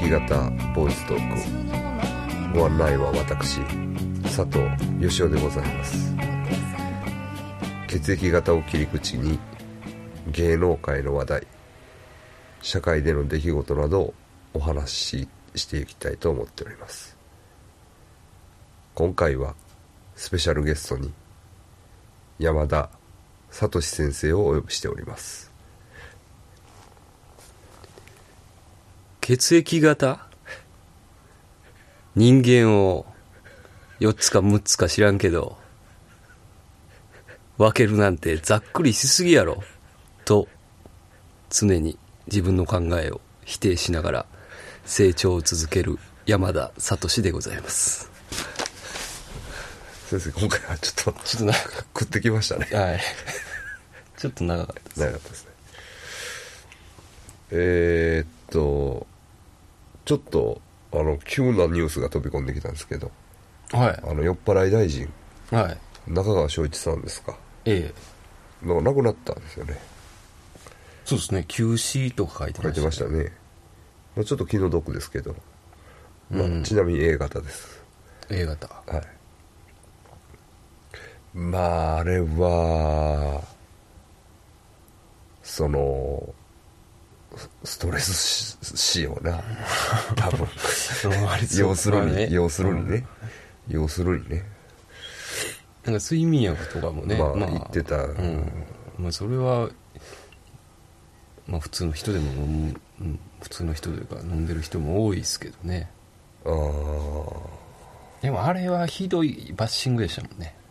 液型ボイストーク、ご案内は私佐藤義雄でございます。血液型を切り口に芸能界の話題、社会での出来事などをお話ししていきたいと思っております。今回はスペシャルゲストに山田聡先生をお呼びしております。 血液型、人間を4つか6つか知らんけど分けるなんてざっくりしすぎやろと常に自分の考えを否定しながら成長を続ける山田聡でございます。 先生、今回はちょっと長食ってきましたね。 はいちょっと長かったです。 長かったですね。ちょっと急なニュースが飛び込んできたんですけど、 はい酔っ払い大臣、 はい、 中川翔一さんですか、 ええ、 亡くなったんですよね。 そうですね、休止とか書いてましたね。 ちょっと気の毒ですけど、ちなみに A 型です。 A 型、 はい。あれはストレスしような多分要するにねなんか睡眠薬とかもね、 言ってた、 それは普通の人でも普通の人というか飲んでる人も多いですけどね。でもあれはひどいバッシングでしたもんね。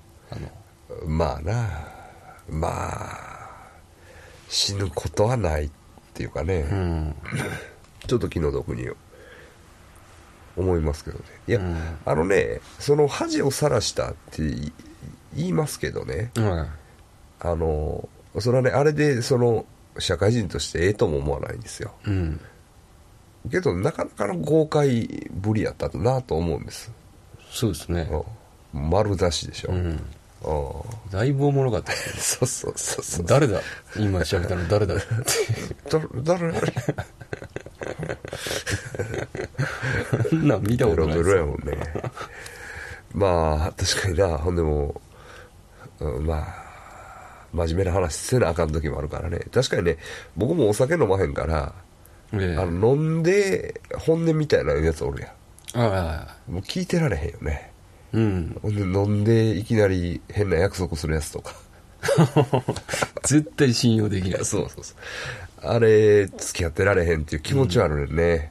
死ぬことはないっていうかね、ちょっと気の毒に思いますけどね。いや、その恥をさらしたって言いますけどね、それはね、あれで社会人としてとも思わないんですよ、けどなかなかの豪快ぶりやったなと思うんです。 そうですね、 丸出しでしょ、 だいぶおもろかったですね。そう誰だ今喋ったの誰だって誰そんなん見たことないですベロベロやもんね。確かにな。ほんでも真面目な話せなあかん時もあるからね。確かにね、僕もお酒飲まへんから、飲んで本音みたいなやつおるやん。もう聞いてられへんよね。ほんで飲んでいきなり変な約束するやつとか絶対信用できない。 そうあれ付き合ってられへんっていう気持ちはあるね、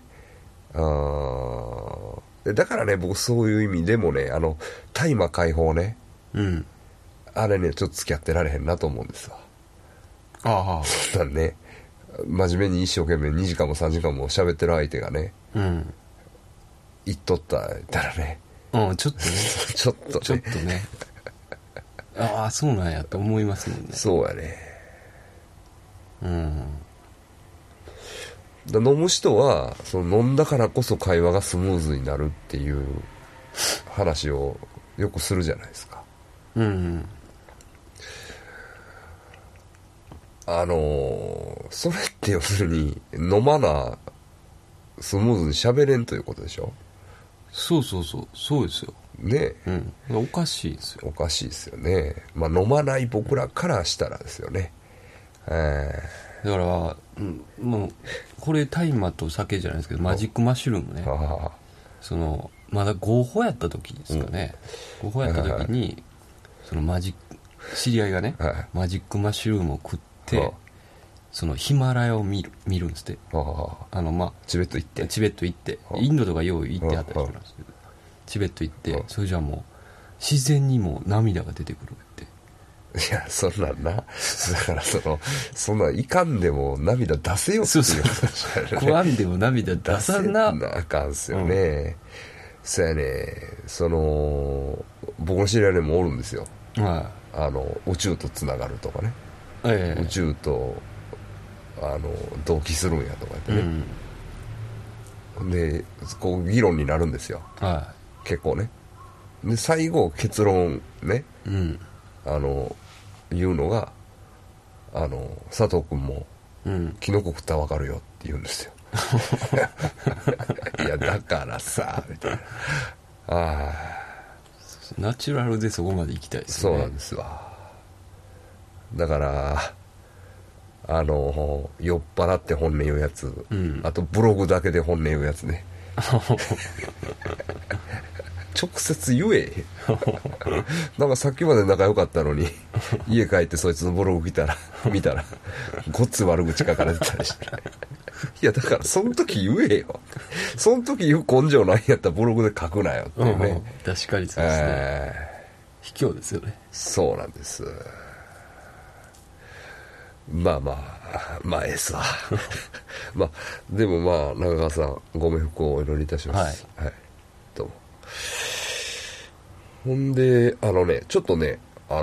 だからね、僕そういう意味でもね、大麻解放ね、あれね、ちょっと付き合ってられへんなと思うんですわ。そんなんね、真面目に一生懸命2時間も3時間も喋ってる相手がね、言っとったらね、 ちょっとねちょっとねそうなんやと思いますもんね。 そうやね。飲む人は飲んだからこそ会話がスムーズになるっていう話をよくするじゃないですか。それって要するに飲まなスムーズに喋れんということでしょ。 そうですよね。 おかしいですよ。 おかしいですよね。飲まない僕らからしたらですよね。 だからもうこれ大麻と酒じゃないですけど、マジックマッシュルームね、まだ合法やった時ですかね、合法やった時に知り合いがね、マジックマッシュルームを食ってヒマラヤを見るんですって。チベット行ってインドとかよう行ってはった人なんですけど、チベット行って、それじゃもう自然にもう涙が出てくるって。 いや、そんなんな。だからそんなんいかんでも涙出せよっていう話、 食わんでも涙出さなあかんすよね。そうやね。僕の知り合いでもおるんですよ。宇宙とつながるとかね。宇宙と同期するんやとか言ってね。で、こう議論になるんですよ。結構ね。で、最後結論ね。言うのが佐藤君も、キノコ食ったら分かるよって言うんですよ。 いやだからさみたいな。ああ、 ナチュラルでそこまで行きたいですね。 そうなんですわ。だから酔っ払って本音言うやつ、うん、あとブログだけで本音言うやつね。直接言えなんかさっきまで仲良かったのに家帰ってそいつのブログ見たらごっつ悪口書かれてたりしていやだからその時言えよ、その時言う根性ないんやったらブログで書くなよっていうね、 確かにそうですね、卑怯ですよね。 そうなんです。まあええっすわまあでもまあ中川さんご冥福をお祈りいたします。はい、はい、どうも。ほんでちょっとね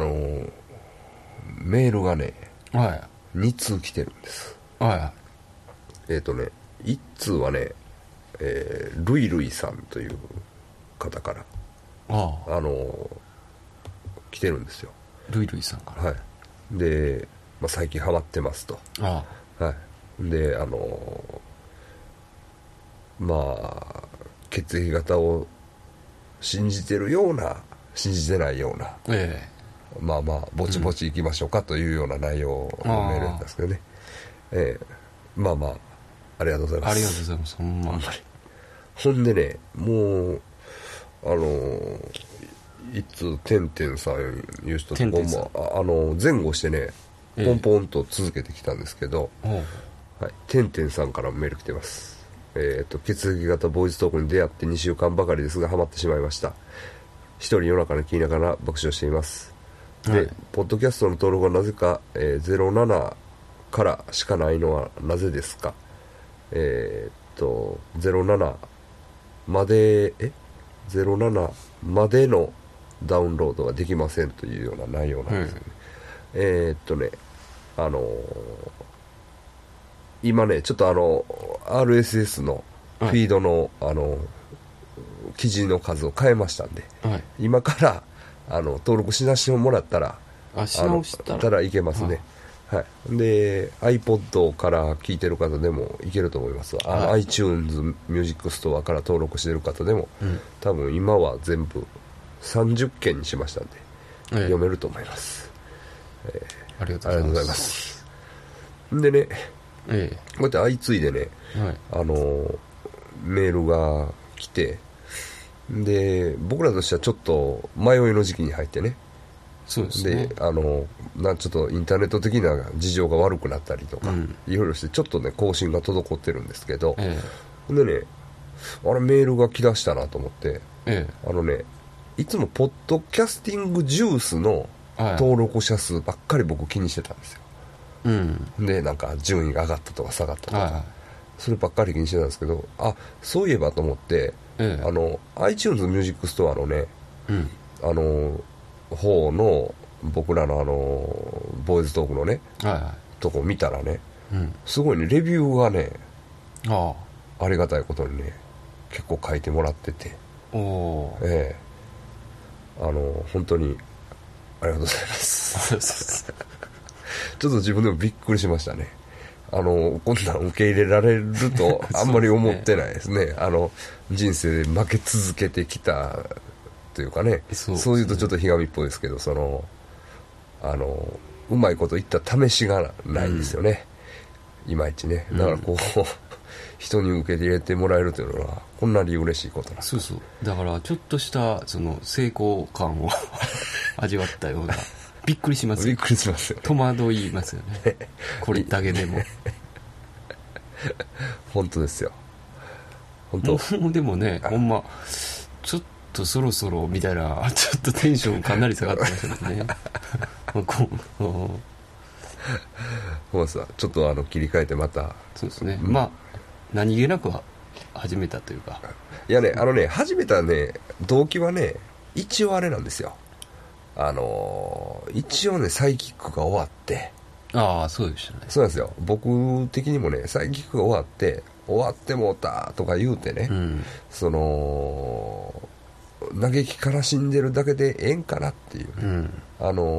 メールがね、 はい、 2通来てるんです。 はい、 1通はね、ルイルイさんという方から来てるんですよ。 ルイルイさんから。 はい。で、まあ、最近ハマってますと。 はい。 でまあ血液型を信じてるような信じてないような、まあぼちぼち行きましょうかというような内容のメールなんですけどね、まあありがとうございます。 ありがとうございます。 ほんでね、もういつてんてんさんいう人と前後してねポンポンと続けてきたんですけど、はい、てんてんさんからメール来てます。血液型ボーイズトークに出会って2週間ばかりですがハマってしまいました。一人夜中に聞きながら爆笑しています。で、はい、ポッドキャストの登録はなぜか、07からしかないのはなぜですか。07まで07までのダウンロードができませんというような内容なんですよね。今ねちょっとRSS のフィードの、記事の数を変えましたんで、はい、今から登録しなしてもらったらし直したらいけますね。はい、で iPod から聞いてる方でもいけると思います。はい、iTunes ミュージックストアから登録してる方でも、多分今は全部30件にしましたんで、読めると思います。 ありがとうございます。 でね、こうやって相次いでね、はい、メールが来て、で僕らとしてはちょっと迷いの時期に入ってね、 そうですね、 でちょっとインターネット的な事情が悪くなったりとか、いろいろしてちょっとね更新が滞ってるんですけど、でねメールが来だしたなと思って、いつもポッドキャスティングジュースの登録者数ばっかり僕気にしてたんですよ。でなんか順位が上がったとか下がったとか、そればっかり気にしてたんですけど、そういえばと思って、iTunes ミュージックストアのね、方の僕らのボーイズトークのね、とこ見たらね、すごいねレビューがね、ありがたいことにね結構書いてもらってて、本当にありがとうございますちょっと自分でもびっくりしましたね。こんなん受け入れられるとあんまり思ってないですね。人生で負け続けてきたというかね、そういうとちょっとひがみっぽいですけど、うまいこと言った試しがないんですよね、いまいちね。だからこう、人に受け入れてもらえるというのはこんなに嬉しいことなんです。 そうだからちょっとした成功感を味わったようなびっくりしますよ。 びっくりしますよね。 戸惑いますよねこれだけでも本当ですよ。本当もうでもね、ほんまちょっとそろそろみたいな、ちょっとテンションかなり下がってましたねもうさちょっと切り替えてまた。 そうですね、まあ何気なく始めたというか、 いやね始めたね動機はね一応あれなんですよ。一応ねサイキックが終わって、 そうでしたね。 そうなんですよ。僕的にもねサイキックが終わってもうたとか言うてね、嘆き悲しんでるだけでええんかなっていう、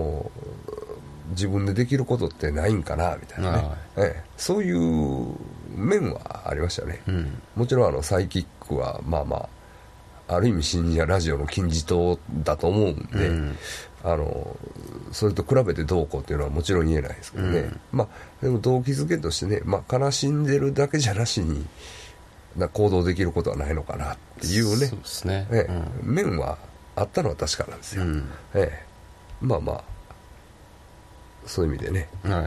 自分でできることってないんかなみたいなね、そういう面はありましたね、 うん、 もちろんサイキックはまあまあある意味深夜ラジオの金字塔だと思うんで、うん、それと比べてどうこうっていうのはもちろん言えないですけどね、うん、まあでも動機づけとしてね、まあ、悲しんでるだけじゃなしに行動できることはないのかなっていうね、 そうですね、 うん、面はあったのは確かなんですよ、うん、まあまあそういう意味でね、はい、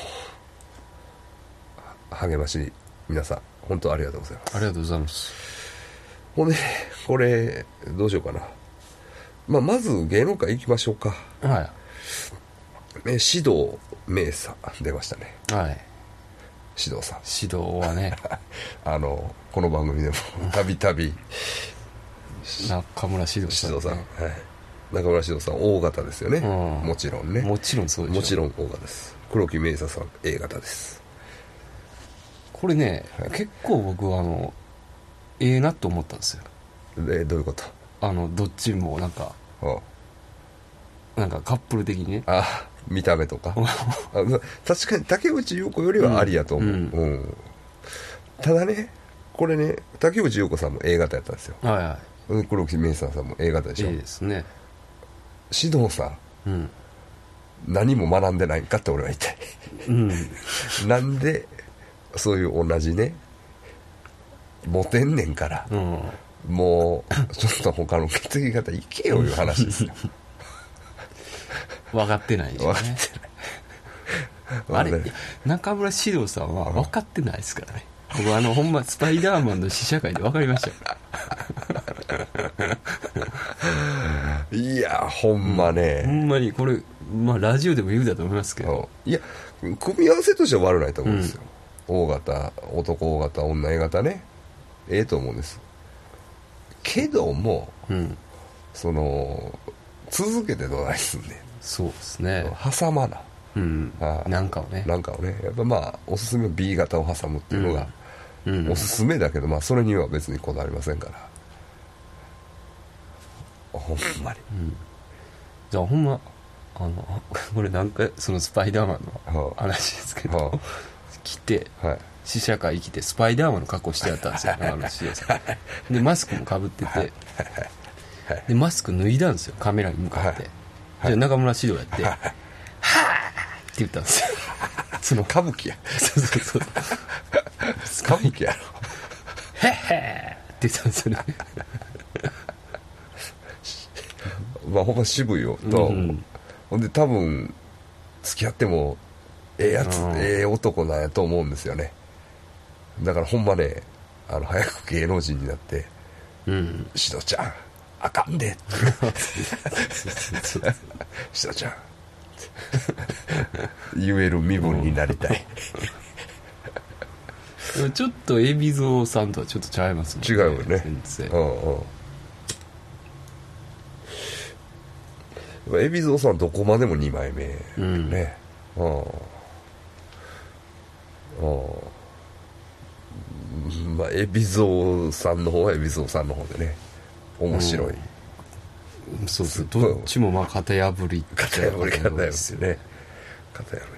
励まし皆さん本当ありがとうございます。 ありがとうございます。 ほんでこれどうしようかな、まあ、まず芸能界行きましょうか。 はい。 獅童明さん出ましたね。 はい。 獅童さん。 獅童はねこの番組でもたびたび中村獅童さん、ね、 はい、中村獅童さん O 型ですよね、うん、もちろんね。 もちろんそうでしょ。 もちろん O 型です。黒木明沙さん A 型です。 これね、はい、結構僕はなと思ったんですよ。 どういうこと？ どっちもなんかなんかカップル的にね、 見た目とか確かに竹内結子よりはありやと思う、うんうん、ただねこれね竹内結子さんも A 型やったんですよ、はいはい、黒木明沙さんも A 型でしょ。 いいですね。 獅童さん、うん、何も学んでないんかって俺は言いたい、うん、なんでそういう同じねモテんねんから、うん、もうちょっと他の血液型いけよいう話ですよ分かってないでしょうね。あれ中村獅童さんは分かってないですからね。僕ほんまスパイダーマンの試写会で分かりましたよいやほんまね、 ほんまにこれ、まあ、ラジオでも言うだと思いますけど、 いや組み合わせとしては悪ないと思うんですよ、うん、O 型男 O 型女 A 型ね、と思うんです。けども、うん、続けてどないすんねん。 そうですね。 挟まな、 うん、なんかをねやっぱまあおすすめは B 型を挟むっていうのが、うん、おすすめだけど、まあそれには別にこだわりませんから、ほんまに、うん、 じゃあほんまこれなんかそのスパイダーマンの話ですけど、来て、はい、試写会来てスパイダーマンの格好してやったんですよでマスクもかぶってて、でマスク脱いだんですよ、カメラに向かって、で中村獅童やってはぁって言ったんですよその歌舞伎やそう歌舞伎やろへっへーって言ったんですよねまあほんま渋いよと、うん、ほんで多分付き合ってもやつ、男なんやと思うんですよね。だからほんまね早く芸能人になって獅童ちゃんあかんで獅童ちゃん言える身分になりたいちょっと海老蔵さんとはちょっとちゃいますもんね。 違うよね。 全然海老蔵さんどこまでも2枚目ね、まあ海老蔵さんの方は海老蔵さんの方でね面白い、 そうそう、どっちもまあ型破りですよね。型破り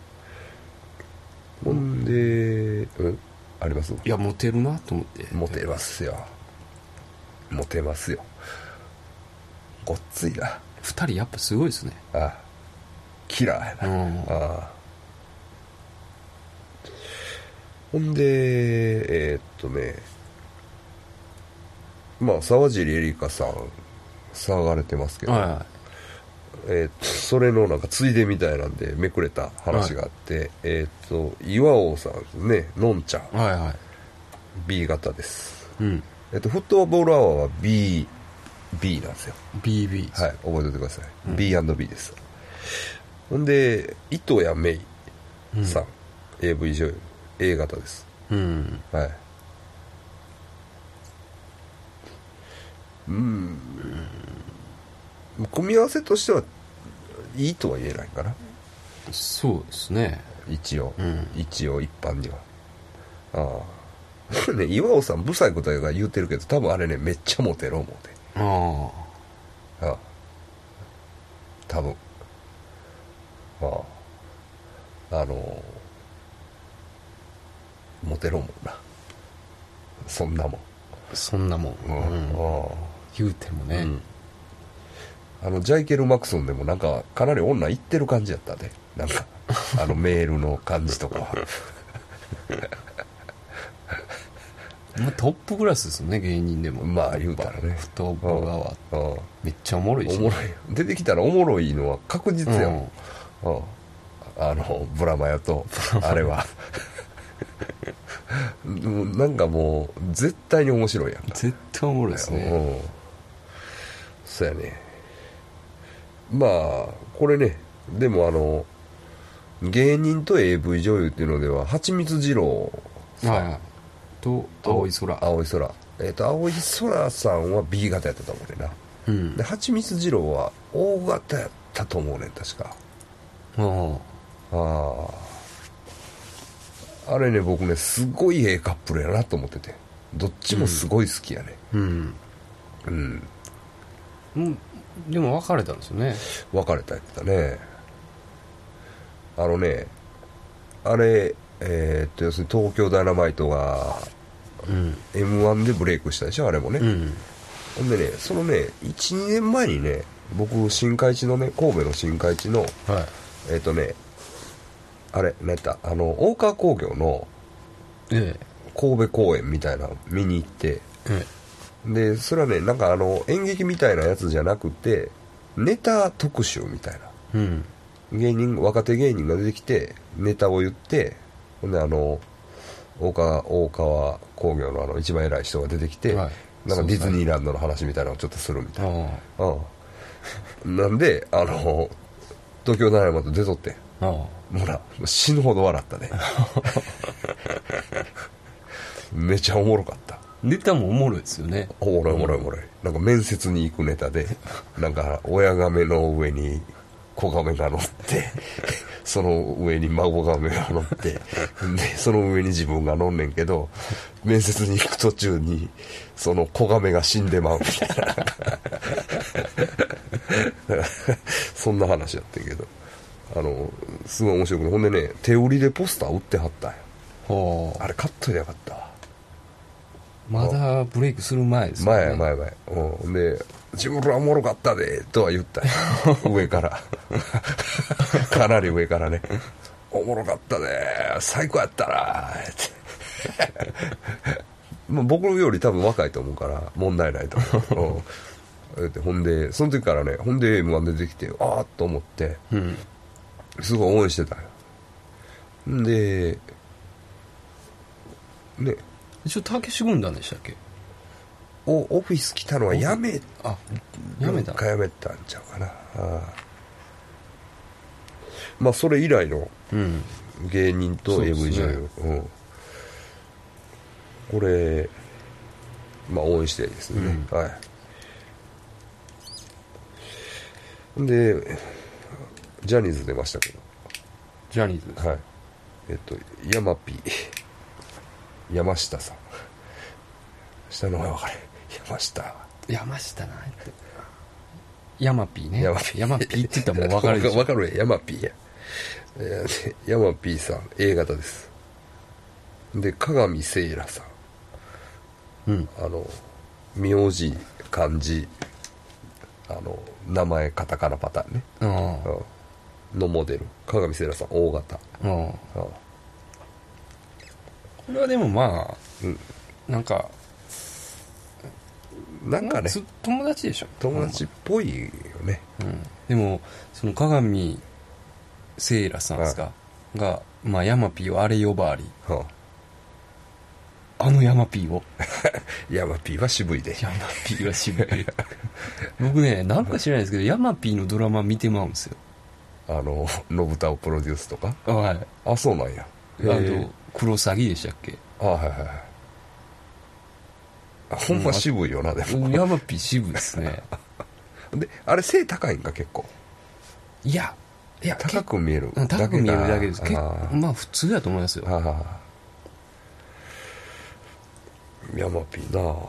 ほんで、あります？ いやモテるなと思って。 モテますよごっついな。 2人やっぱすごいですね。 キラーやな、ほんでまあ沢尻エリカさん騒がれてますけど、はい、それのなんかついでみたいなんでめくれた話があって、はい、岩尾さんね、のんちゃん、はいはい、B 型です、うん、フットボールアワーは B なんですよ。 BB、 はい、覚えておいてください、うん、B&B です。ほんで糸谷芽衣さん、AV 女優 A 型です、はい、組み合わせとしてはいいとは言えないかな。 そうですね、 一応一般には。ね、岩尾さんブサイクとか言うてるけど多分あれねめっちゃモテる思うて。多分モてるもんな、そんなもん。 言うてもね、 ジャイケル・マクソンでもなんかかなり女いってる感じやったで、なんかメールの感じとかはまあ、トップクラスですよね、芸人でも。 まあ言うたらね、 太田川めっちゃおもろいし、 おもろい、出てきたらおもろいのは確実やもん、ブラマヨとあれはなんかもう絶対に面白いやんか。 絶対おもろいですね。 そうやね。まあこれね、でも芸人と AV 女優っていうのでは、はちみつ二郎さん、 と青い空。 青い空さんは B 型やったと思うねんな。ではちみつ二郎は O 型やったと思うねん、確か。あれね、僕ね、すごいええカップルやなと思ってて、どっちもすごい好きやね。 でも別れたんですよね。 別れたやったね。あれ要するに東京ダイナマイトが M1 でブレイクしたでしょ、あれもね。ほんでね、そのね 1,2 年前にね、僕新海地のね、神戸の新海地の、あれ何やった、大川工業の神戸公演みたいなの見に行って、でそれはね、なんか演劇みたいなやつじゃなくて、ネタ特集みたいな、若手芸人が出てきてネタを言って、ほんで大川工業の一番偉い人が出てきて、なんかディズニーランドの話みたいなのをちょっとするみたいな、なんで東京ダイナマイト出とって、もうな、死ぬほど笑ったねめちゃおもろかった。 ネタもおもろいですよね。 おもろい、なんか面接に行くネタで、なんか親亀の上に子亀が乗ってその上に孫亀が乗ってでその上に自分が乗んねんけど、面接に行く途中にその子亀が死んでまうみたいなそんな話やってんけど、すごい面白くて、ほんでね、手売りでポスター売ってはったんよ。あれ買っといてよかったわ。 まだブレイクする前ですよね。 前。で、自分らおもろかったでとは言ったよ上からかなり上からね、おもろかったで、最高やったなってまあ僕より多分若いと思うから問題ないと思うほんでその時からね、ほんで M1 出てきて、あーっと思って、すごい応援してたよ。んでね、 一応たけし軍団でしたっけ。 オフィス来たのはやめたんちゃうかな。まあそれ以来の芸人と AV 女優、これまあ応援してですね、でジャニーズ出ましたけど、 ジャニーズ、 ヤマピー、山下さん、下の名前分かれ、山下なんやって、ヤマピーね、ヤマピーって言ったらもう分かるでしょ分かるや、ヤマピーや、ヤマピーさん A 型です。で鏡聖羅さん、名字漢字名前カタカナパターンね、のモデル、鏡聖羅さん O 型。 これはでもまあ、なんかね、友達でしょ。 友達っぽいよね。 でもその鏡聖羅さんですか、がまあヤマピーをあれ呼ばわり、ヤマピーをヤマピーは渋いで。 ヤマピーは渋い僕ね、なんか知らないですけど、ヤマピーのドラマ見てまうんですよ。 のぶたをプロデュースとか。 はい。 そうなんや。 クロサギでしたっけ。 ほんま渋いよな、でも。 ヤマピー渋いですねで、あれ背高いんか、結構。 いや高く見えるだけ。高く見えるだけです。まあ普通だと思いますよ。 ヤマピーな。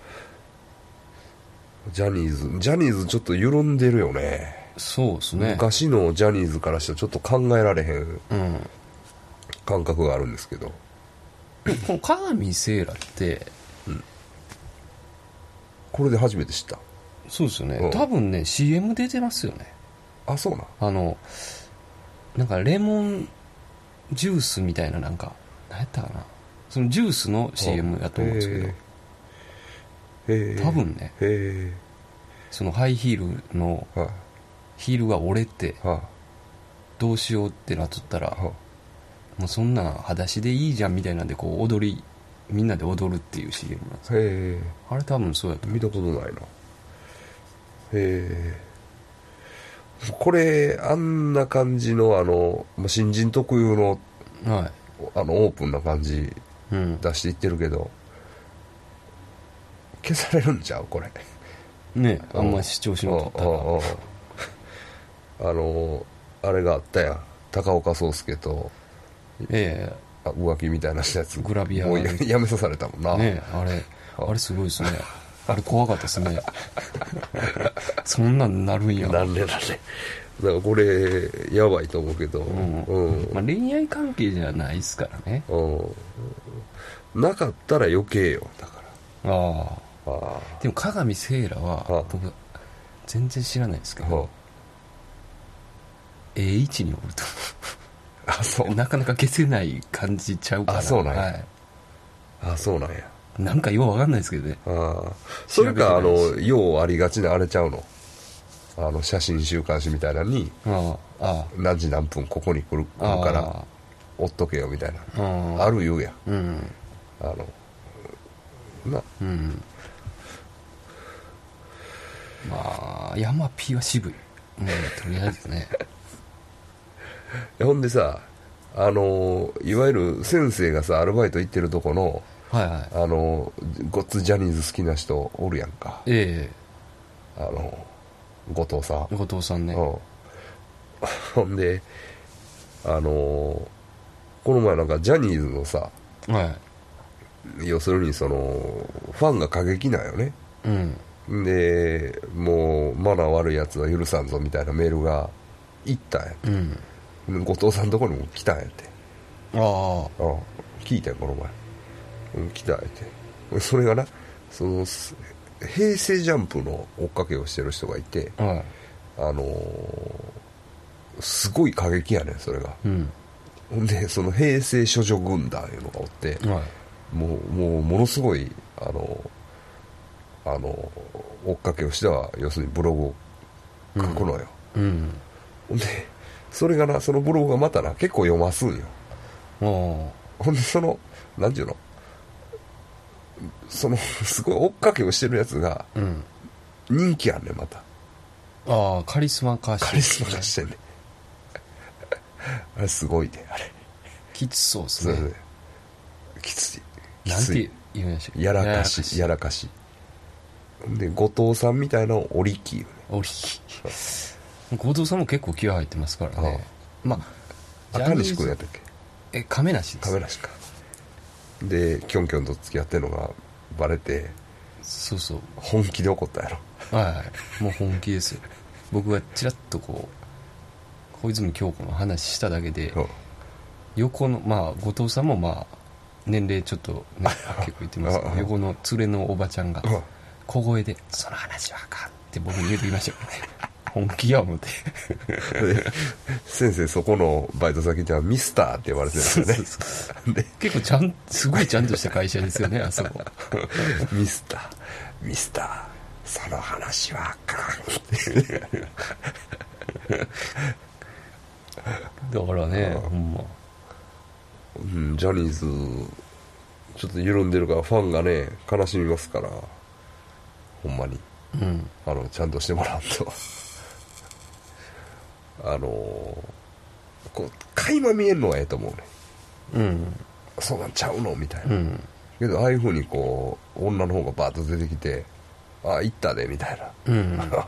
ジャニーズちょっと緩んでるよね。 そうですね。 昔のジャニーズからしたらちょっと考えられへん感覚があるんですけどこの鏡セーラって、 これで初めて知った。 そうですよね、多分ね CM 出てますよね。 あ、そうなんかレモンジュースみたいな、なんか何やったかな、そのジュースの CM だと思うんですけど、多分ね、そのハイヒールのヒールが折れてどうしようってなっとったら、もうそんな裸足でいいじゃんみたいなんで、こうみんなで踊るっていう CM なんですよ。あれ多分そうやと思う。 見たことないな。これあんな感じの新人特有の、 はい、 オープンな感じ出していってるけど、消されるんちゃうこれね。あんま視聴しなかったら。 あれがあったやん、高岡壮介と浮気みたいなしたやつ、 グラビアもうやめさされたもんな。 ね。あれすごいですね。あれ怖かったですね。そんなんなるんや。 なんでだからこれやばいと思うけど、 まあ、恋愛関係じゃないっすからね。 なかったら余計よ。だから。 でも鏡セイラは僕全然知らないですけど、位置におるとそうなかなか消せない感じちゃうから。 そうなんや、はい、そうなんや。 なんかようわかんないですけどね。 それかようありがちなあれちゃうの、写真週刊誌みたいなのに何時何分ここに来るから追っとけよみたいな、ある言うやん、 まあヤマピーは渋い、とりあえずね。 ほんでさ、いわゆる先生がさアルバイト行ってるとこの、ごっつジャニーズ好きな人おるやんか。後藤さんね。 ほんでこの前なんかジャニーズのさ、要するにそのファンが過激なんよね。でもうマナー悪いやつは許さんぞみたいなメールが行ったんや、後藤さんのところにも来たんやって。聞いたよこの前、来たんやって。それがな、その平成ジャンプの追っかけをしてる人がいて、すごい過激やねんそれが。ほんでその平成処女軍団いうのがおって、もうものすごい追っかけをしては要するにブログを書くのよ。ほんでそれがな、そのブログがまたな結構読ますんよ。ほんでそのなんていうの、そのすごい追っかけをしてるやつが人気あんねんまた。 カリスマ化してんねん。あれすごいで、あれきつそうっすね。 きつい。 なんて言うんでしょう。 やらかしで後藤さんみたいなオリキーオリキ後藤さんも結構気合入ってますからね。 赤西君やったっけ。 亀梨です。 亀梨か。でキョンキョンと付き合ってるのがバレて、 そう本気で怒ったやろ。 もう本気ですよ。僕がちらっと小泉今日子の話しただけで、横の後藤さんも年齢ちょっとね結構言ってますけど、横の連れのおばちゃんが小声で「その話はあかん」って僕に言ってきましたよね。本気や思って。 先生そこのバイト先ではミスターって呼ばれてるんですよね。 結構すごいちゃんとした会社ですよね、あそこ。 ミスターその話はあかん。 だからね、ほんまジャニーズちょっと緩んでるからファンがね悲しみますから、ほんまに、ちゃんとしてもらうとこう垣間見えるのはええと思うね。そうなんちゃうのみたいな、けどああいう風にこう女の方がバーッと出てきて「あ、行ったで」みたいな、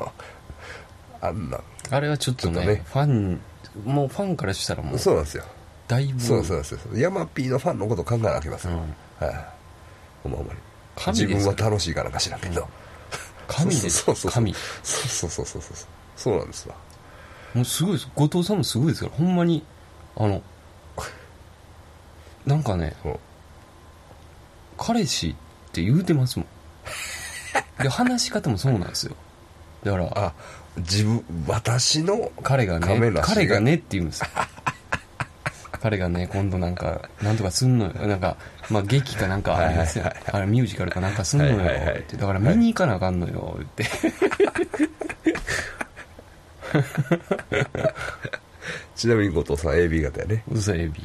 あれはちょっとね、ファンからしたらもうそうなんですよ。 だいぶそうヤマピーのファンのこと考えなきゃいけません。ほんまに自分は楽しいからかしらんけど、 神ですよ。神。 そうなんですわ。 もうすごいです。後藤さんもすごいですから、ほんまになんかね、 彼氏って言うてますもん。で話し方もそうなんですよ。だから私の彼がねって言うんですよ。彼がね今度なんとかすんのよ、なんかまあ劇かなんかありますよ、あれミュージカルかなんかすんのよって、だから見に行かなあかんのよって、 ちなみに後藤さん AB 型やね。 うさ AB、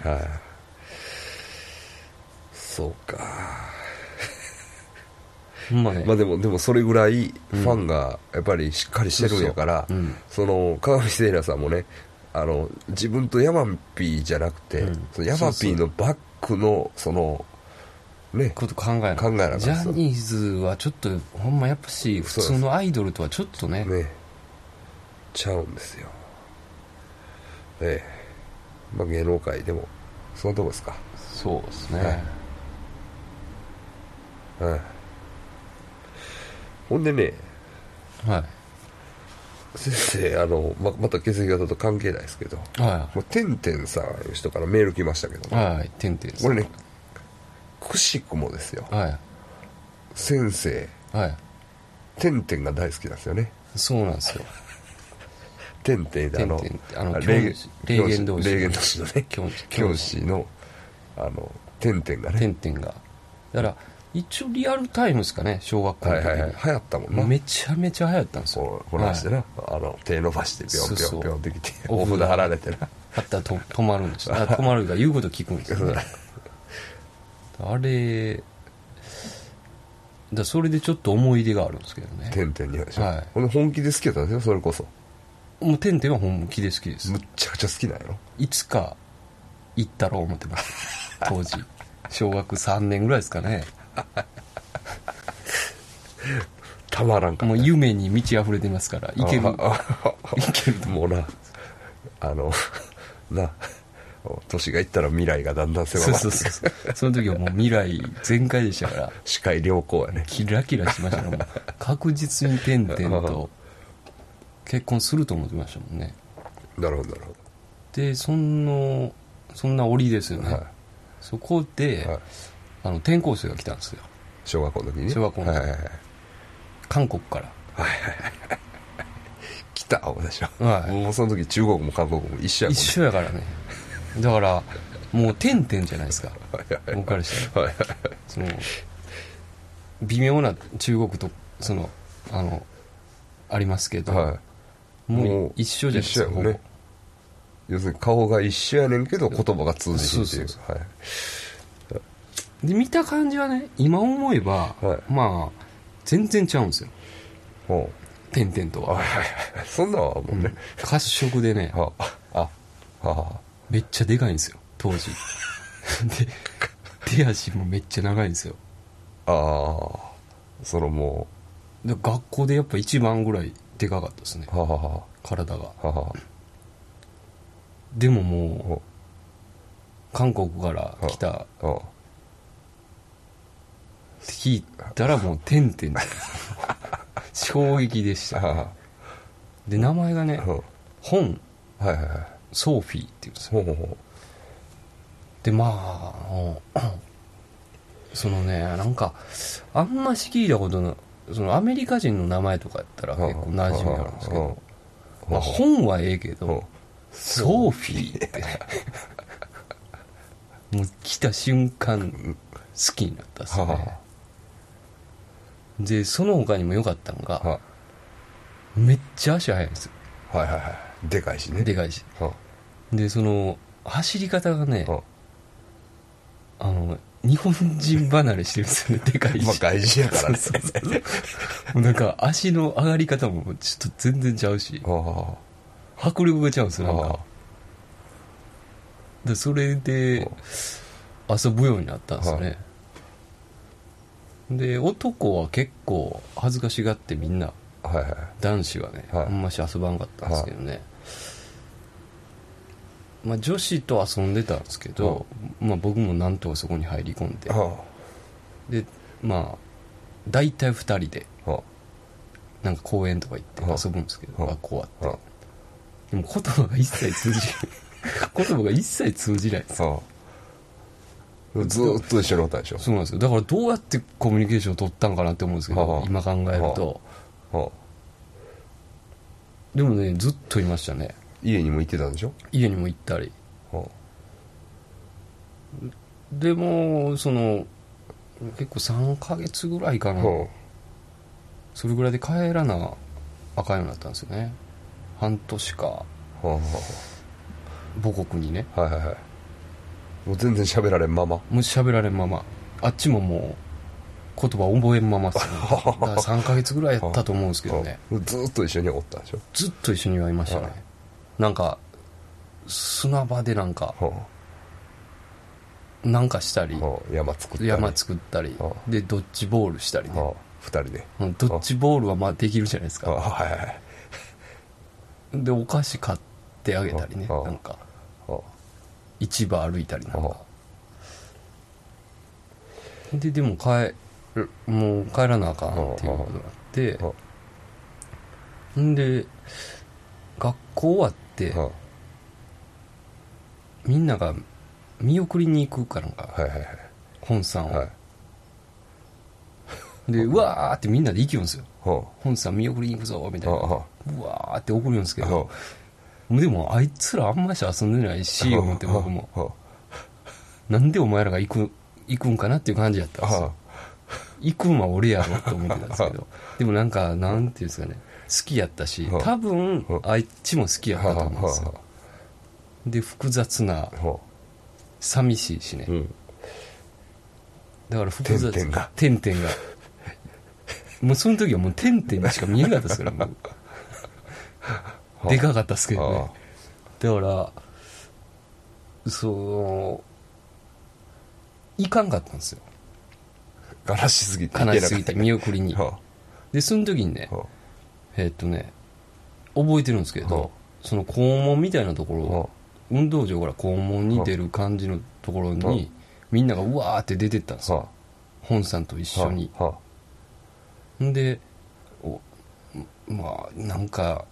そうか。 まあね、 まあでもそれぐらいファンがやっぱりしっかりしてるんやから、その鏡聖奈さんもね、自分とヤマピーじゃなくて、そのヤマピーのバックのそのねこと考えなかった。ジャニーズはちょっとほんまやっぱし普通のアイドルとはちょっとねちゃうんですよ。まあ芸能界でもそのとこですか。 そうですね。 ほんでね、 はい。 先生また血液型と関係ないですけど、てんてんさんいう人からメール来ましたけどね。 はい、てんてんさん。 これね、くしくもですよ。 はい。 先生、てんてんが大好きなんですよね。 そうなんですよ。 てんてんで霊言同士のね、教師のてんてんがね。 てんてんが。だから一応リアルタイムですかね、小学校の時に。 流行ったもんな。 めちゃめちゃ流行ったんですよ。 こらしてな、手伸ばしてピョンピョンピョンってきて、お札貼られてな。 貼ったら止まるんですよ。止まるから言うこと聞くんですよね。あれ、それでちょっと思い出があるんですけどね。 てんてんにはでしょ。本気で好きだったんですよ、それこそ。 もうてんてんは本気で好きです。 むっちゃくちゃ好きなんやろ。 いつか行ったろう思ってます。当時。小学3年ぐらいですかね。 たまらんか。 もう夢に満ち溢れてますから、いけるともうな、年がいったら未来がだんだん狭まって、 その時はもう未来全開でしたから、 視界良好やね。 キラキラしましたね。確実にてんてんと結婚すると思ってましたもんね。 なるほどなるほど。 でそんな折ですよね。そこで、転校生が来たんですよ。 小学校の時にね。 小学校の時、韓国から。 来た私は。もうその時中国も韓国も一緒やもんね。 一緒やからね。だからもう点々じゃないですか。僕からしたら。その微妙な中国とありますけど、もう一緒じゃないですか。 一緒やもんね。要するに顔が一緒やねんけど言葉が通じてっていう。 で見た感じはね、今思えば、まあ全然ちゃうんですよ。点々とは。 そんなはもうね、 褐色でね、めっちゃでかいんですよ当時。で手足もめっちゃ長いんですよ。 もうで学校でやっぱ一番ぐらいでかかったですね、体が。でももう韓国から来たって聞いたらもう点々衝撃でした、で名前がね、本、ソーフィーっていうんですよ。でまあそのね、なんかあんまし聞いたことのそのアメリカ人の名前とかやったら結構馴染みあるんですけど、本はええけどソーフィーってもう来た瞬間好きになったっすね。でその他にも良かったのが、めっちゃ足速いんですよ。 でかいしね。 でかいし。でその走り方がね、日本人離れしてるんですよね。でかいし。 外人やからね。 もうなんか足の上がり方もちょっと全然ちゃうし、迫力がちゃうんですよなんか。でそれで遊ぶようになったんですよね。で男は結構恥ずかしがってみんな、男子はね、あんまし遊ばんかったんですけどね、まあ、女子と遊んでたんですけど、まあ、僕もなんとかそこに入り込んで、でまあ大体2人でなんか公園とか行って遊ぶんですけど、学校終わって、でも言葉が一切通じないんですよ。 ずーっと一緒におったでしょ。 そうなんですよ。だからどうやってコミュニケーションを取ったんかなって思うんですけど、今考えると、でもね、ずっといましたね。 家にも行ってたんでしょ。 家にも行ったり、でもその結構3ヶ月ぐらいかな、それぐらいで帰らなあかんようになったんですよね。半年か、母国にね。 はいはいはい。もう全然喋られんまま。 もう喋られんまま、あっちももう言葉覚えんままっすね。だから3ヶ月ぐらいやったと思うんですけどね。 ずっと一緒におったでしょ。 ずっと一緒にはいましたね。なんか砂場でなんかしたり、 山作ったりでドッジボールしたりね、 2人でドッジボールはまあできるじゃないですか。 はいはい。 でお菓子買ってあげたりね、なんか市場歩いたりなんかでももう帰らなあかんっていうことがあって、んで学校終わってみんなが見送りに行くからか、本さんを、でうわーってみんなで行きよんですよ。本さん見送りに行くぞみたいな、うわーって送るんですけど、でもあいつらあんまし遊んでないし思って、僕もなんでお前らが行くんかなっていう感じやったんですよ。行くんは俺やろと思ってたんですけど、でもなんかなんていうんですかね、好きやったし、多分あっちも好きやったと思うんですよ。で複雑な、寂しいしね、だから複雑、点々がもうその時はもう点々にしか見えなかったですからもうでかかったですけどね。だから行かんかったんですよ。 悲しすぎて見送りに。でその時にね、覚えてるんですけど、その校門みたいなところ、運動場から校門に出る感じのところにみんながうわーって出てったんですよ、本さんと一緒に。んでまあなんか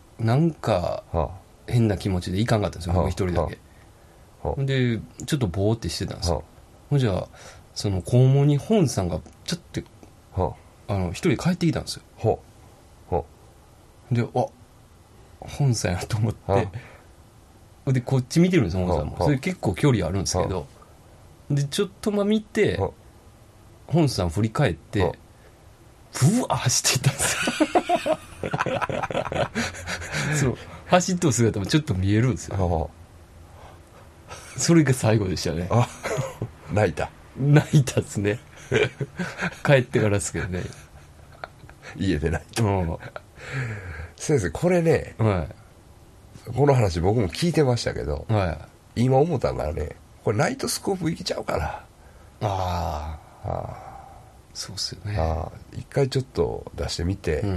変な気持ちでいかんかったんですよ、僕一人だけ。でちょっとボーってしてたんですよ。ほんじゃその校門に本さんがちょっと一人帰ってきたんですよ。で本さんやと思って、でこっち見てるんですよ、本さんも。それ結構距離あるんですけど、でちょっと見て本さん振り返ってブワー走っていったんですよそう走っとる姿もちょっと見えるんですよ。それが最後でしたね。 泣いたっすね帰ってからですけどね、 家で泣いた。先生これね、この話僕も聞いてましたけど、今思ったんからね、これナイトスコープいけちゃうかな。 そうっすよね。 一回ちょっと出してみて、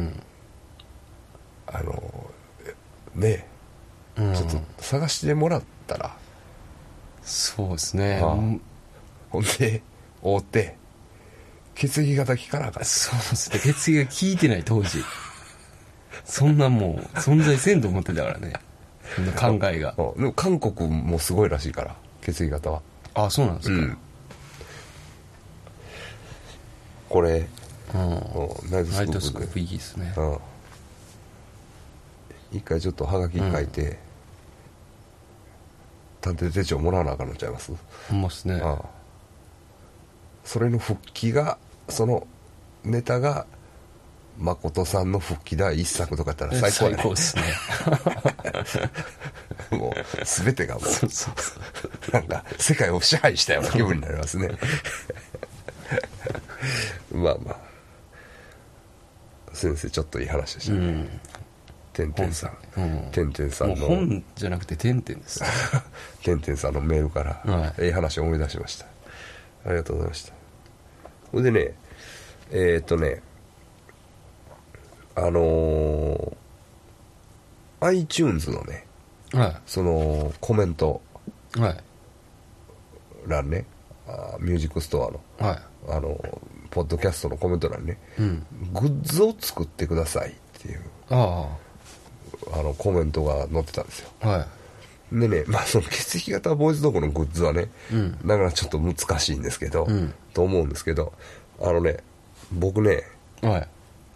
ね、ちょっと探してもらったら。 そうですね。 ほんで追って血液型聞かなあかん。 そうですね、血液が聞いてない当時そんなもう存在せんと思ってたからね、そんな考えが。 でも韓国もすごいらしいから、血液型は。 そうなんですか。 これ、 ナイトスコープいいですね。 一回ちょっとハガキ書いて、探偵手帳もらわなあかんのちゃいます？ ほんまっすね。 それの復帰が、そのネタが誠さんの復帰第一作とかやったら最高やね。 最高っすねもう全てがもうなんか世界を支配したような気分になりますねまあ先生ちょっといい話でしたね。てんてんさん、てんてんさんのもう本じゃなくててんてんですてんてんさんのメールから話を思い出しました。ありがとうございました。それでねiTunes のね、そのコメント欄ね、ミュージックストアの、ポッドキャストのコメント欄ね、グッズを作ってくださいっていうコメントが載ってたんですよ。 でね、まあその血液型ボーイズドッグのグッズはね、だからちょっと難しいんですけど、と思うんですけど、僕ね、 はい、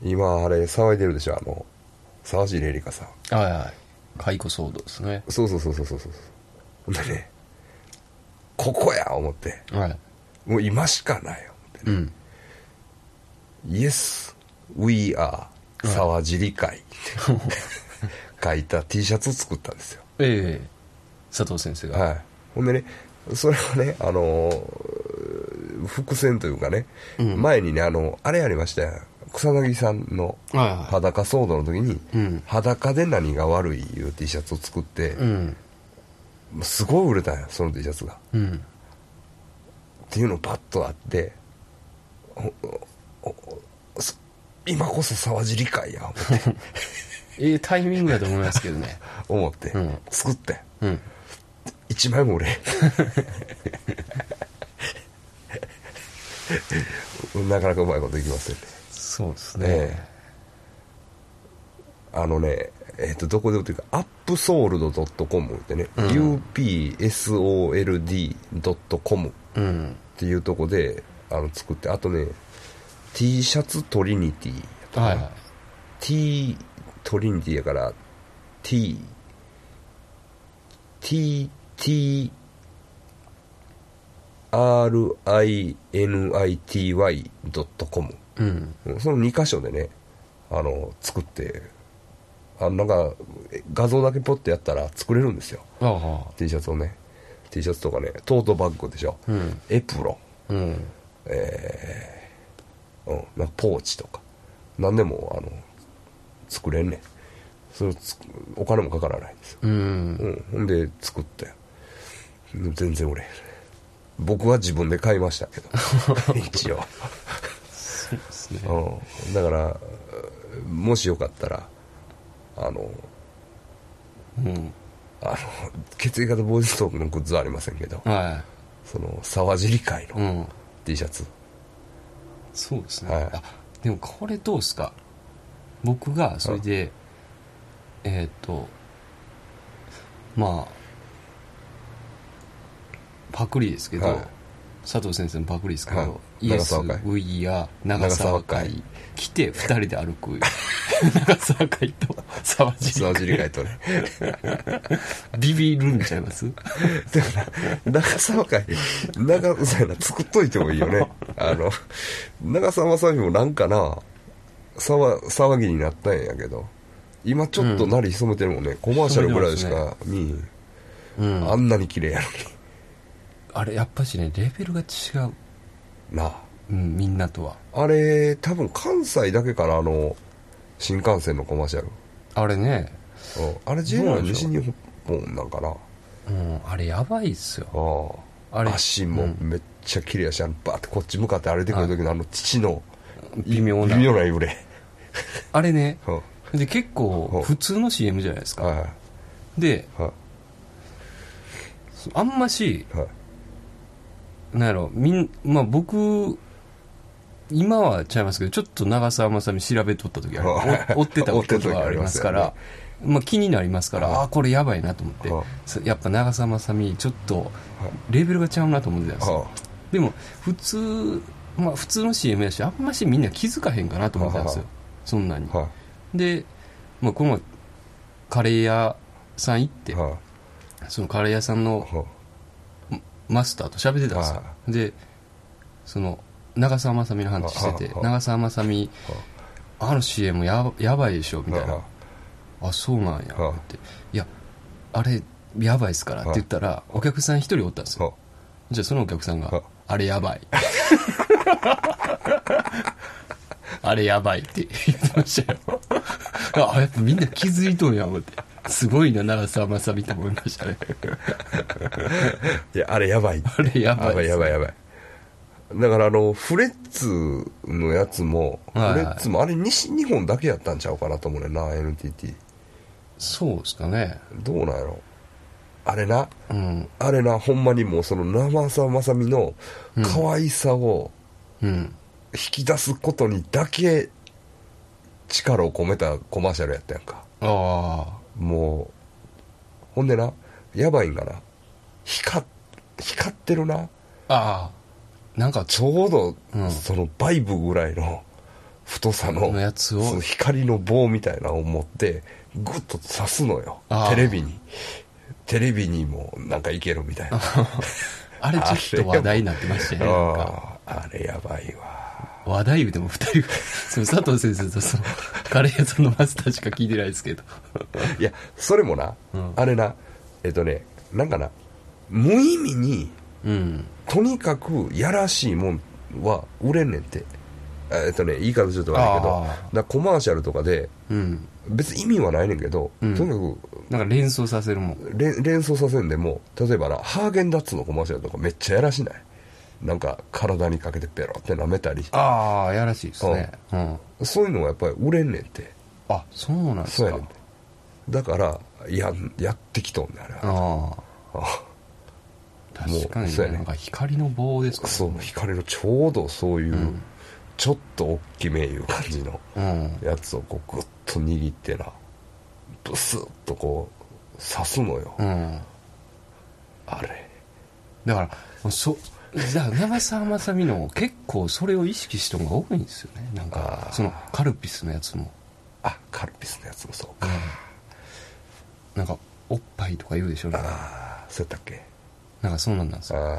今あれ騒いでるでしょ、沢尻エリカさん。 はいはい。解雇騒動ですね。 そう。でね、ここや思って、 はい。 もう今しかないよ思って、ね。Yes, we are 沢尻会って書いた T シャツを作ったんですよ。 佐藤先生が。 はい。ほんでね、それはね、伏線というかね、前にね、あれありましたよ。草薙さんの裸騒動の時に、裸で何が悪いいう T シャツを作って、すごい売れたんや、その T シャツが。っていうのパッとあって、今こそ沢尻会や思ってタイミングだと思いますけどね。 思って、作って、1枚も売れなかなかうまいこといきませんね。 そうですね。 どこで売ってるか、upsold.com ってね、upsold.com っていうとこで作って、あとね、T シャツトリニティやったかな、T トリニティやから TTRINITY.com、その2箇所でね作って、なんか画像だけポッてやったら作れるんですよ。T シャツをね、 T シャツとかね、トートバッグでしょ、エプロン、なんかポーチとか何でも作れんねん。それお金もかからないんですよ。ほんで作って全然売れへん。僕は自分で買いましたけど一応そうですね。 だからもしよかったら血液型ボーイズトークのグッズはありませんけど、その沢尻会の T シャツ、 そうですね。でもこれどうですか。僕がそれでまあパクリですけど、佐藤先生のパクリですけど、イエス・ウィア長沢会来て2人で歩く長沢会と沢尻会とねビビるんちゃいます。 だから長沢会作っといてもいいよね。長澤まさみもなんかな騒ぎになったんやけど、今ちょっとなり潜めてるもんね、コマーシャルぐらいしか見あんなに綺麗やのに。 あれやっぱしね、レベルが違うなあ、 みんなとは。あれ多分関西だけかな、新幹線のコマーシャル。 あれね、 あれ JR 西日本なんかな。 あれやばいっすよ。 あれ足もめっちゃ綺麗やし、バーってこっち向かって歩いてくる時の父の微妙な揺れあれね、で結構普通の CM じゃないですか。で、あんまし、なんやろ、まあ僕今はちゃいますけど、ちょっと長澤まさみ調べとった時は追ってたことがありますから、まあ気になりますから、これやばいなと思って、やっぱ長澤まさみちょっとレベルが違うなと思ってたんですよ。でも普通の CM やし、あんましみんな気づかへんかなと思ってたんですよ、そんなに。で、まあ、この前カレー屋さん行って、そのカレー屋さんのマスターと喋ってたんですよ。で、その長澤まさみの話してて、長澤まさみあの CM やばいでしょみたいな、あ、そうなんやって、いやあれやばいっすからって言ったら、お客さん一人おったんですよ。じゃあそのお客さんが、あれやばいあれやばいって言ってましたよあ、やっぱみんな気づいとんや思って、すごいな長澤まさみと思いましたねいや、あれやばい、 あれやばい、 やばいだからフレッツのやつも、フレッツもあれ西日本だけやったんちゃうかなと思うねんな、 NTT。 そうですかね。 どうなんやろあれな、あれな、ほんまにもうその長澤まさみの可愛さを引き出すことにだけ力を込めたコマーシャルやったやんか。もうほんでな、 やばいんかな、光ってるな。 ああ、なんかちょうど、そのバイブぐらいの太さのやつを、 その光の棒みたいなのを持ってグッと刺すのよ、テレビにもなんかいけるみたいなあれちょっと話題になってましたよね。 あれやばいわ。 話題でも2人その佐藤先生とそのカレー屋さんのマスターしか聞いてないですけどいやそれもな、あれな、なんかな、無意味に、とにかくやらしいもんは売れんねんって。言い方ちょっと悪いけど、だコマーシャルとかで、別に意味はないねんけど、とにかくなんか連想させるもん、 連想させんでも、例えばなハーゲンダッツのコマーシャルとかめっちゃやらしない。なんか体にかけてペロって舐めたり、 やらしいですね、 そういうのがやっぱり売れんねんって。 あ、そうなんですか。 そうやねん。だからやってきとんねん、あれは。 確かに、ね、なんか光の棒ですかね。 そう、光のちょうどそういう、ちょっと大きめいう感じのやつをこうグッと握ってな、ブスッとこう刺すのよ、あれだから長澤まさみの結構それを意識した方が多いんですよね。なんかそのカルピスのやつも、 カルピスのやつもそうか、 なんかおっぱいとか言うでしょ。 そうやったっけ。 なんかそうなんですよ。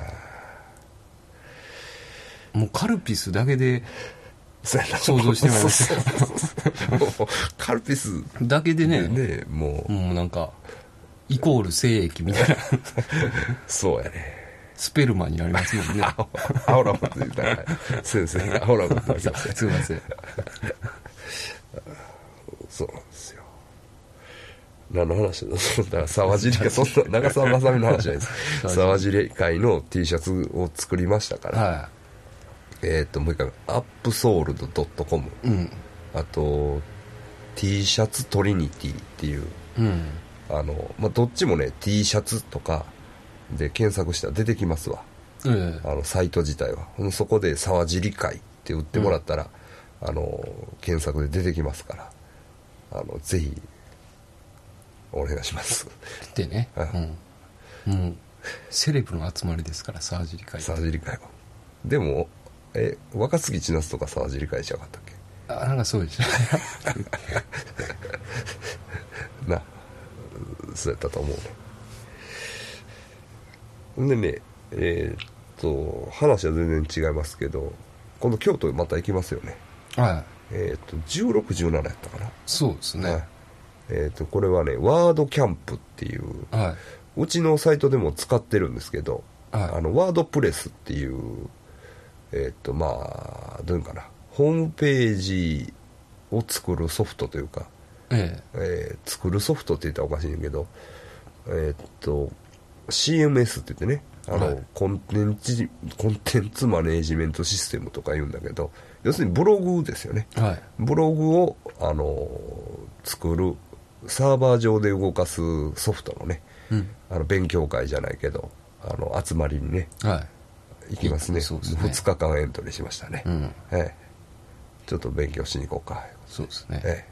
もうカルピスだけで想像してもらいましたカルピスだけでね、もうなんかイコール精液みたいなそうやね、 スペルマになりますもんね。 アオラマって言ったら先生アオラマって言ったらすいませんそうなんですよ。何の話だから沢尻会、そんな長澤まさみの話じゃないです沢尻会の T シャツを作りましたから、もう一回アップソールド .com、あと T シャツトリニティっていう、どっちもね T シャツとかで検索したら出てきますわ、サイト自体は。そこで沢尻会って打ってもらったら、検索で出てきますから、ぜひお願いしますでね、もうセレブの集まりですから、沢尻会は。 でも若槻千夏とか沢尻会じゃなかったっけ。 なんかそうでしたな、そうやったと思うね。でね、話は全然違いますけど、今度京都また行きますよね。16、17やったかな。 そうですね。 これはねワードキャンプっていう、うちのサイトでも使ってるんですけど、ワードプレスっていう、どういうのかな、ホームページを作るソフトというか、作るソフトって言ったらおかしいんだけど、CMS って言ってね、コンテンツマネージメントシステムとか言うんだけど、要するにブログですよね、ブログを作るサーバー上で動かすソフトのね、勉強会じゃないけど集まりにね、行きますね。2日間エントリーしましたね、ちょっと勉強しに行こうか。 そうですね、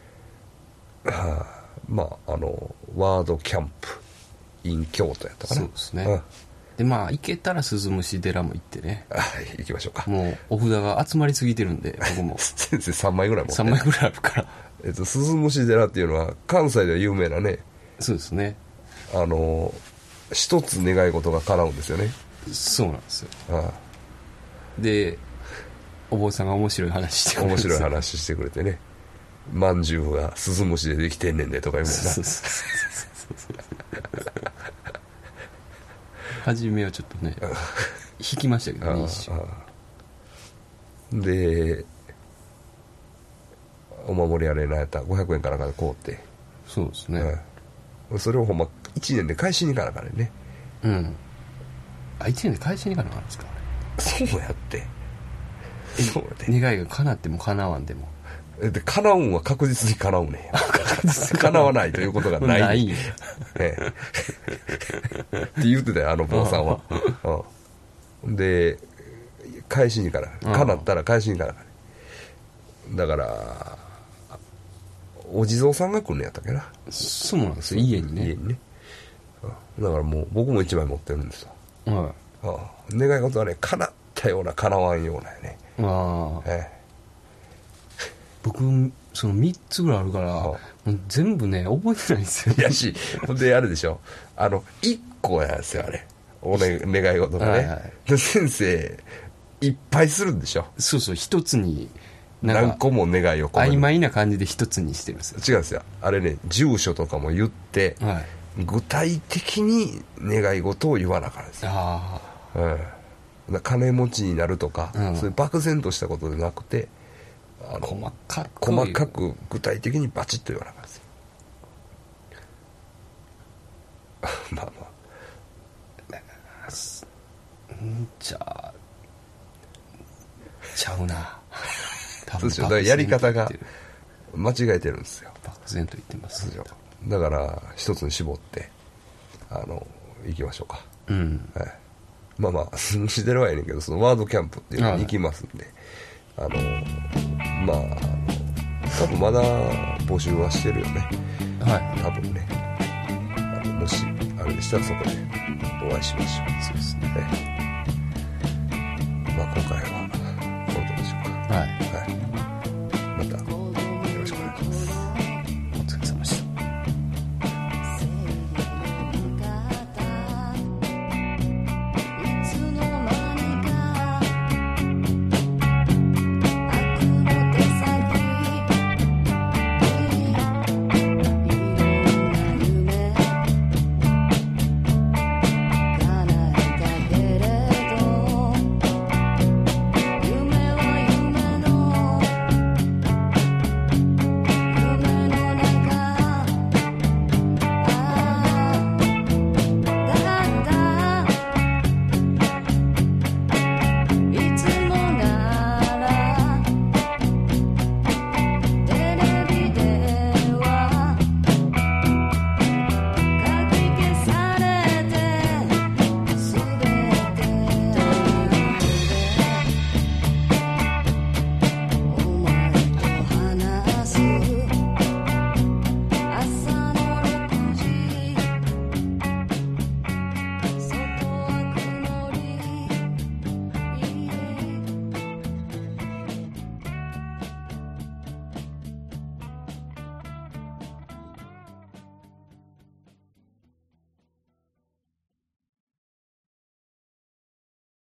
ワードキャンプ in 京都やったかな。 そうですね、で行けたら鈴虫寺も行ってね、 行きましょうか。 もうお札が集まりすぎてるんで僕も先生3枚ぐらい持って 3枚ぐらいあるから鈴虫寺っていうのは関西では有名なね。 そうですね、 一つ願い事が叶うんですよね。 そうなんですよ。でお坊さんが面白い話してくれてね、まんじゅうが鈴虫でできてんねんでとか言うもんな。 初めはちょっとね引きましたけどね、一瞬でお守りあれなんやったら500円かなんかで買うて、 そうですね、 それをほんま1年で返しに行かなあかんね。 1年で返しに行かなあかんですか。 そうやって、 そうやって願いが叶っても叶わんでもで叶うんは確実に叶うね叶わないということがないって言ってたよ坊さんは、で返しに行かな、叶ったら返しに行かな、だからお地蔵さんが来るんやったっけな。 そうなんですよ、家にね。 だからもう僕も1枚持ってるんですよ。願い事はね、叶ったような叶わんようなやね。 僕その3つぐらいあるから、もう全部ね覚えてないんですよ。 いやし、ほんであれでしょ、1個なんですよあれ、願い事がね。で先生いっぱいするんでしょ。 そうそう、一つに何個も願いを込める。 曖昧な感じで一つにしてるんですよ。 違うんですよあれね、住所とかも言って、具体的に願い事を言わなあかんですよ。金持ちになるとか、そういう漠然としたことでなくて、細かく具体的にバチッと言わなあかんですよ。まあまあじゃあちゃうな。 そうですよ。だからやり方が間違えてるんですよ。 漠然と言ってます。 だから一つに絞って行きましょうか。まあまあしてるわやねんけど、そのワードキャンプっていうのに行きますんで、まあ多分まだ募集はしてるよね。多分ね。もしあれでしたらそこでお会いしましょう。そうですね。まあ今回はこのとこでしょうか。また